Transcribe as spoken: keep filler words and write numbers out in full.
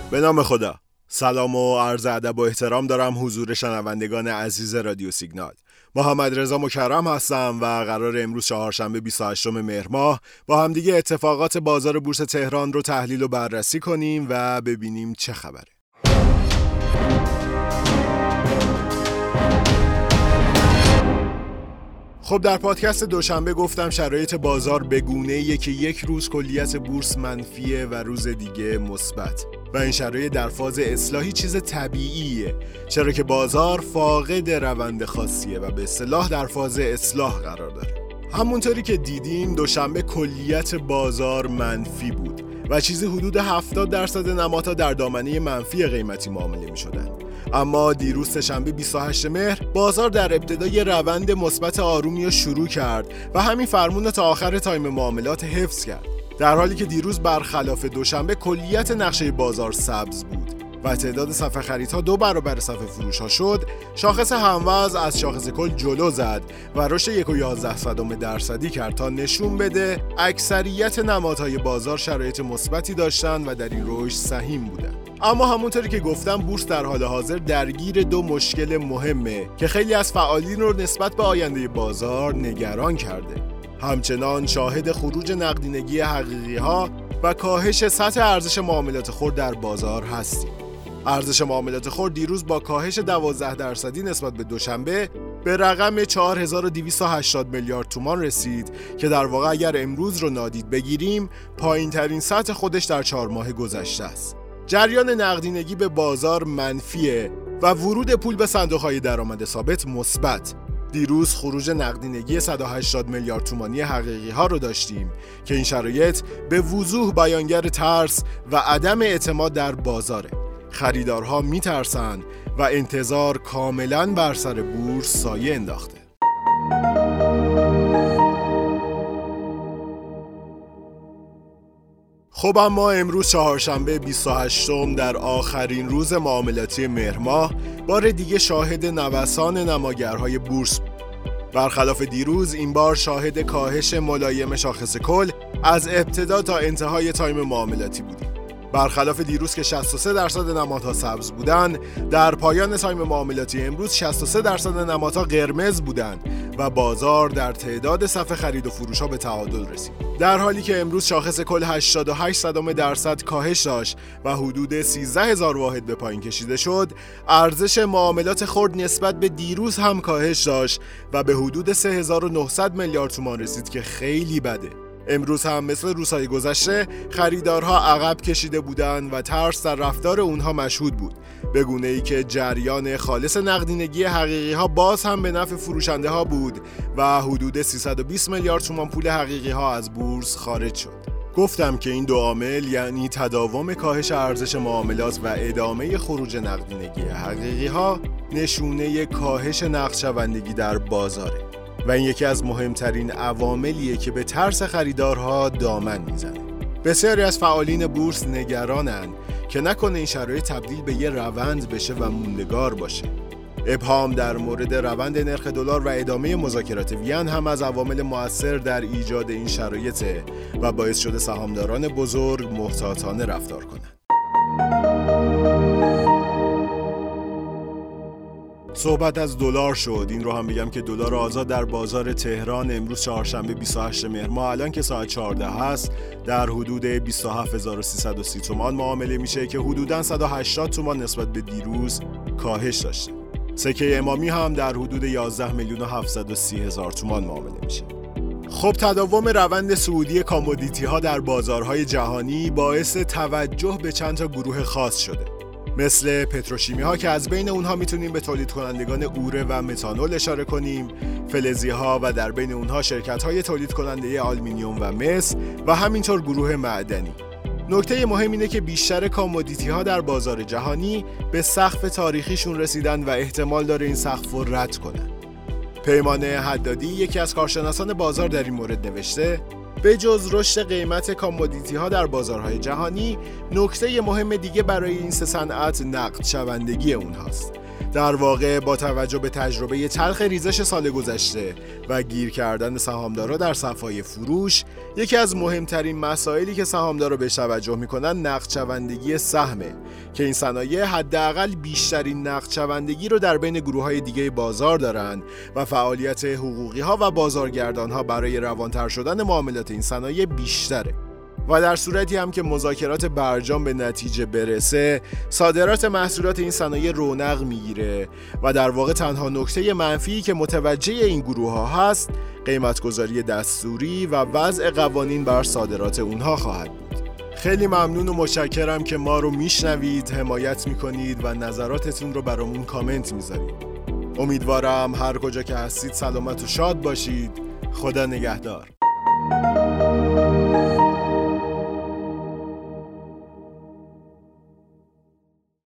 به نام خدا. سلام و عرض ادب و احترام دارم حضور شنوندگان عزیز رادیو سیگنال. محمد رضا مکرم هستم و قرار امروز چهارشنبه بیست و هشتم مهر ماه با همدیگه اتفاقات بازار بورس تهران رو تحلیل و بررسی کنیم و ببینیم چه خبره. خب در پادکست دوشنبه گفتم شرایط بازار به گونه‌ایه که یک روز کلیت بورس منفیه و روز دیگه مثبت و این شرایط در فاز اصلاحی چیز طبیعیه، چرا که بازار فاقد روند خاصیه و به اصطلاح در فاز اصلاح قرار داره. همونطوری که دیدیم دوشنبه کلیت بازار منفی بود و چیزی حدود هفتاد درصد نمادها در دامنه منفی قیمتی معامله می‌شدن. اما دیروز سه‌شنبه بیست و هشتم مهر بازار در ابتدای روند مثبت آرومی رو شروع کرد و همین فرمون تا آخر تایم معاملات حفظ کرد، در حالی که دیروز برخلاف دوشنبه کلیت نقشه بازار سبز بود و تعداد صف خریدها دو برابر صف فروش‌ها شد. شاخص هموزن از شاخص کل جلو زد و رشد یک و یازده صدم درصدی کرد تا نشون بده اکثریت نمادهای بازار شرایط مثبتی داشتن و در این رشد سهیم بودن. اما همونطوری که گفتم بورس در حال حاضر درگیر دو مشکل مهمه که خیلی از فعالین رو نسبت به آینده بازار نگران کرده. همچنان شاهد خروج نقدینگی حقیقی ها و کاهش سطح ارزش معاملات خرد در بازار هستیم. ارزش معاملات خرد دیروز با کاهش دوازده درصدی نسبت به دوشنبه به رقم چهار هزار و دویست و هشتاد میلیارد تومان رسید که در واقع اگر امروز رو نادید بگیریم پایین ترین سطح خودش در چهار ماه گذشته است. جریان نقدینگی به بازار منفیه و ورود پول به صندوق‌های درآمد ثابت مثبت. دیروز خروج نقدینگی صد و هشتاد میلیارد تومانی حقیقی ها رو داشتیم که این شرایط به وضوح بیانگر ترس و عدم اعتماد در بازاره. خریدارها میترسن و انتظار کاملاً بر سر بورس سایه انداخته. خب اما امروز چهارشنبه بیست و هشتم در آخرین روز معاملاتی مهر ماه بار دیگه شاهد نوسان نماگرهای بورس بود. برخلاف دیروز این بار شاهد کاهش ملایم شاخص کل از ابتدا تا انتهای تایم معاملاتی بودیم. برخلاف دیروز که شصت و سه درصد نمادها سبز بودن، در پایان تایم معاملاتی امروز شصت و سه درصد نمادها قرمز بودن و بازار در تعداد صف خرید و فروش ها به تعادل رسید. در حالی که امروز شاخص کل هشتاد و هشت صدم درصد کاهش داشت و حدود سیزده هزار واحد به پایین کشیده شد، ارزش معاملات خرد نسبت به دیروز هم کاهش داشت و به حدود سه هزار و نهصد میلیارد تومان رسید که خیلی بده. امروز هم مثل روزهای گذشته خریدارها عقب کشیده بودند و ترس در رفتار اونها مشهود بود، به گونه‌ای که جریان خالص نقدینگی حقیقی ها باز هم به نفع فروشنده ها بود و حدود سیصد و بیست میلیارد تومان پول حقیقی ها از بورس خارج شد. گفتم که این دو عامل یعنی تداوم کاهش ارزش معاملات و ادامه خروج نقدینگی حقیقی ها نشونه کاهش نقدشوندگی در بازاره و این یکی از مهمترین عواملیه که به ترس خریدارها دامن میزنه. بسیاری از فعالین بورس نگرانن که نکنه این شرایط تبدیل به یه روند بشه و موندگار باشه. ابهام در مورد روند نرخ دلار و ادامه مذاکرات وین هم از عوامل مؤثر در ایجاد این شرایطه و باعث شده سهامداران بزرگ محتاطانه رفتار کنند. صحبت از دلار شد. این رو هم بگم که دلار آزاد در بازار تهران امروز چهارشنبه بیست و هشتم مهر ماه الان که ساعت چهارده هست در حدود بیست و هفت هزار و سیصد و سی تومان معامله میشه که حدوداً صد و هشتاد تومان نسبت به دیروز کاهش داشته. سکه امامی هم در حدود یازده میلیون و هفتصد و سی هزار تومان معامله میشه. خب تداوم روند صعودی کامودیتی ها در بازارهای جهانی باعث توجه به چند تا گروه خاص شده، مثل پتروشیمی ها که از بین اونها میتونیم به تولید کنندگان اوره و متانول اشاره کنیم، فلزی ها و در بین اونها شرکت های تولید کننده آلومینیوم و مس و همینطور گروه معدنی. نکته مهم اینه که بیشتر کامودیتی ها در بازار جهانی به سقف تاریخیشون رسیدن و احتمال داره این سقف رو رد کنن. پیمان حدادی یکی از کارشناسان بازار در این مورد نوشته به جز رشد قیمت کامودیتی ها در بازارهای جهانی، نکته مهم دیگه برای این سه صنعت نقد شوندگی اونهاست. در واقع با توجه به تجربه تلخ ریزش سال گذشته و گیر کردن سهامدارا در صفای فروش، یکی از مهمترین مسائلی که سهامدارا به توجه میکنن نقدشوندگی سهمه که این صنایع حداقل بیشترین نقدشوندگی رو در بین گروه‌های دیگه بازار دارن و فعالیت حقوقی‌ها و بازارگردان‌ها برای روانتر شدن معاملات این صنایع بیشتره. و در صورتی هم که مذاکرات برجام به نتیجه برسه، صادرات محصولات این صنایع رونق میگیره و در واقع تنها نکته منفی که متوجه این گروه ها هست قیمتگذاری دستوری و وضع قوانین بر صادرات اونها خواهد بود. خیلی ممنون و متشکرم که ما رو میشنوید، حمایت میکنید و نظراتتون رو برامون کامنت میذارید. امیدوارم هر کجا که هستید سلامت و شاد باشید. خدا نگهدار.